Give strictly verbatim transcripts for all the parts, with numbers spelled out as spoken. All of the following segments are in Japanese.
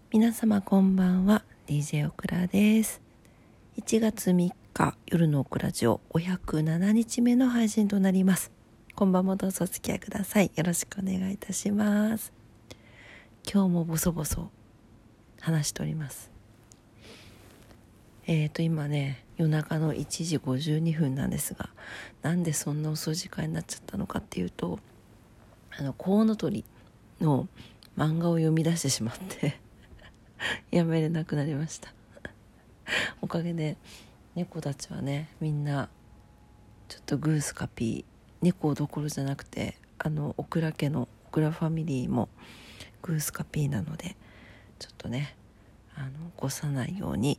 皆様こんばんは。 ディージェー オクラです。いちがつみっか夜のオクラジオごひゃくななにちめの配信となります。こんばんもどうぞお付き合いください。よろしくお願いいたします。今日もボソボソ話しております。えーと今ね夜中のいちじごじゅうにふんなんですが、なんでそんな遅い時間になっちゃったのかっていうと、あのコウノトリの漫画を読み出してしまってやめれなくなりましたおかげで猫たちはね、みんなちょっとグースカピー、猫どころじゃなくて、あのオクラ家のオクラファミリーもグースカピーなので、ちょっとねあの起こさないように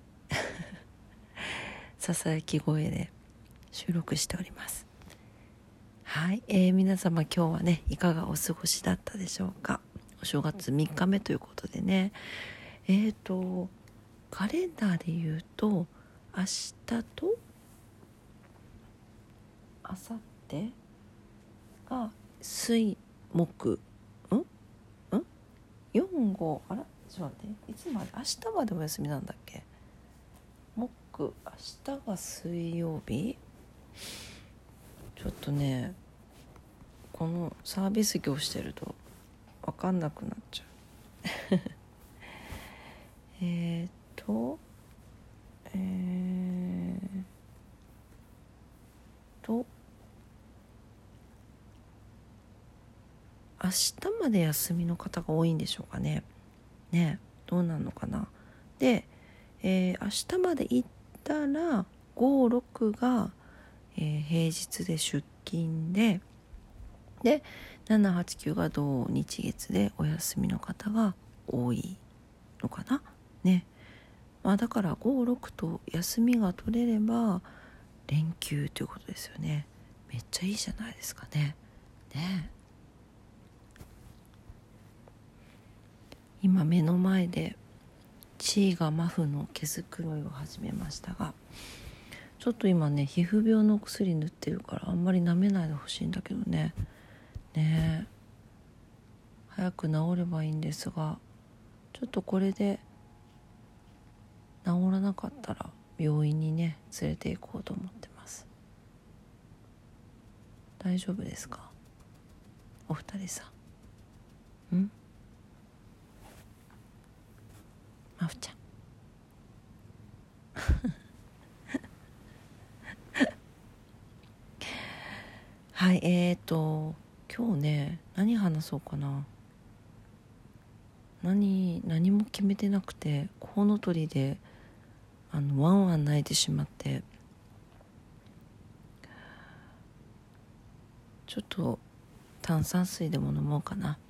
ささやき声で収録しております。はい、えー、皆様今日はねいかがお過ごしだったでしょうか。お正月みっかめということでね、えーとカレンダーで言うと明日と明後日が水木んんよんごあらちょっと待って、いつまで明日までお休みなんだっけ。木明日が水曜日。ちょっとねこのサービス業してると分かんなくなっちゃうえっとえーと明日まで休みの方が多いんでしょうかね。ね、どうなんのかな。で、えー、明日まで行ったらご、ろくが、えー、平日で出勤で、でなな、はち、きゅうが土日月でお休みの方が多いのかなね。まあだからご、ろくと休みが取れれば連休ということですよね。めっちゃいいじゃないですかね。ね、今目の前でチーがマフの毛づくろいを始めましたが、ちょっと今ね皮膚病のお薬塗ってるからあんまり舐めないでほしいんだけどね。ねえ早く治ればいいんですが、ちょっとこれで治らなかったら病院にね連れて行こうと思ってます。大丈夫ですかお二人さん。んマフちゃんはいえーと今日ね何話そうかな。何何も決めてなくて、コウノトリであのワンワン泣いてしまって、ちょっと炭酸水でも飲もうかな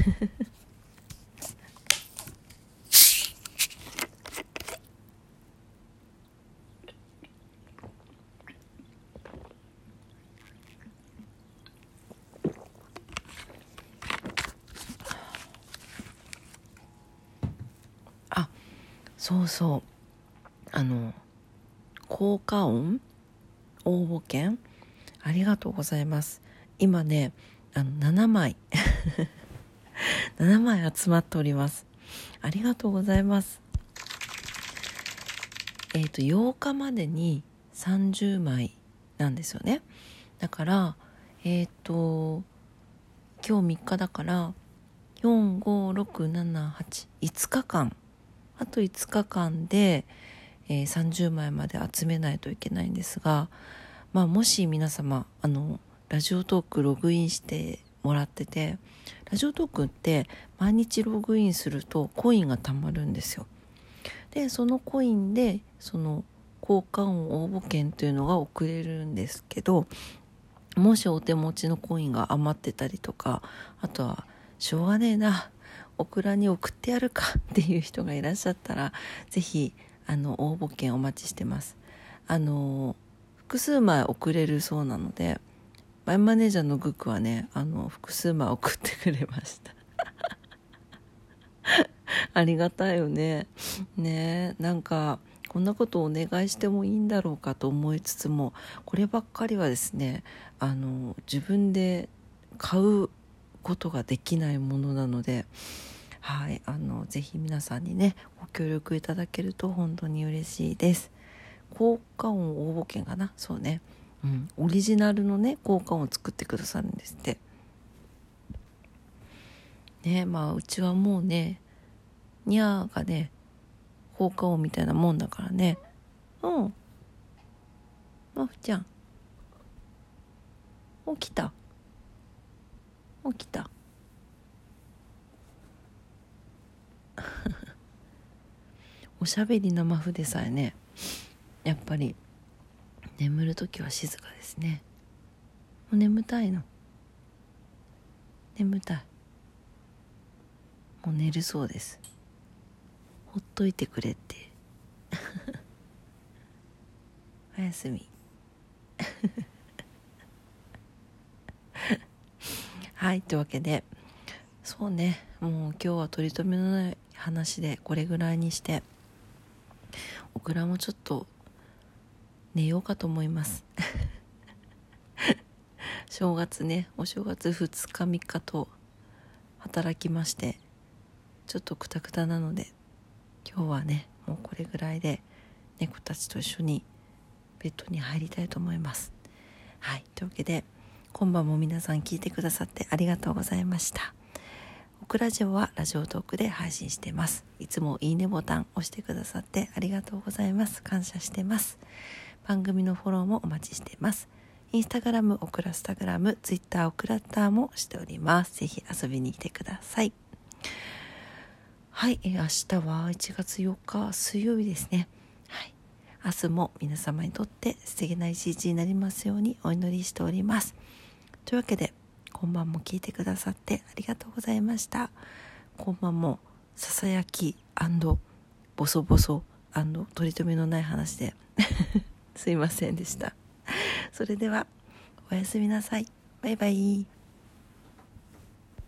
あ、そうそう、あの効果音応募券ありがとうございます。今ねあのななまいななまい集まっております。ありがとうございます。えっとようかまでにさんじゅうまいなんですよね。だからえっと今日みっかだからよん、ご、ろく、なな、はち、いつかかん、あといつかかんで、えー、さんじゅうまいまで集めないといけないんですが、まあ、もし皆様あのラジオトークログインしてもらってて、ラジオトークって毎日ログインするとコインが貯まるんですよ。でそのコインでその効果音応募券というのが送れるんですけど、もしお手持ちのコインが余ってたりとか、あとはしょうがねえなオクラに送ってやるかっていう人がいらっしゃったら、ぜひあの応募券お待ちしてます。あの複数枚送れるそうなので、バイマネージャーのグックはねあの複数枚送ってくれましたありがたいよね。ねえ、なんかこんなことをお願いしてもいいんだろうかと思いつつも、こればっかりはですねあの自分で買うことができないものなので、 はい、あのぜひ皆さんにねご協力いただけると本当に嬉しいです。効果音応募券かな、そうね、うん、オリジナルのね効果音を作ってくださるんですってね。まあうちはもうねニャーがね効果音みたいなもんだからね。うんまふちゃん起きた起きたおしゃべりのマフでさえねやっぱり眠るときは静かですね。もう眠たいの眠たいもう寝るそうです。ほっといてくれっておやすみはい、というわけでそうね、もう今日は取り留めのない話でこれぐらいにして、オクラもちょっと寝ようかと思います正月ね、お正月ふつかみっかと働きまして、ちょっとクタクタなので今日はねもうこれぐらいで猫たちと一緒にベッドに入りたいと思います。はい、というわけで今晩も皆さん聞いてくださってありがとうございました。オクラジオはラジオトークで配信しています。いつもいいねボタン押してくださってありがとうございます。感謝してます。番組のフォローもお待ちしています。インスタグラムオクラスタグラム、ツイッターオクラッターもしております。ぜひ遊びに来てください。はい、えー、明日はいちがつよっか水曜日ですね。はい、明日も皆様にとって素敵な一日になりますようにお祈りしております。というわけで今晩も聞いてくださってありがとうございました。今晩もささやき&ボソボソ&取り留めのない話ですいませんでした。それではおやすみなさい。バイバイ。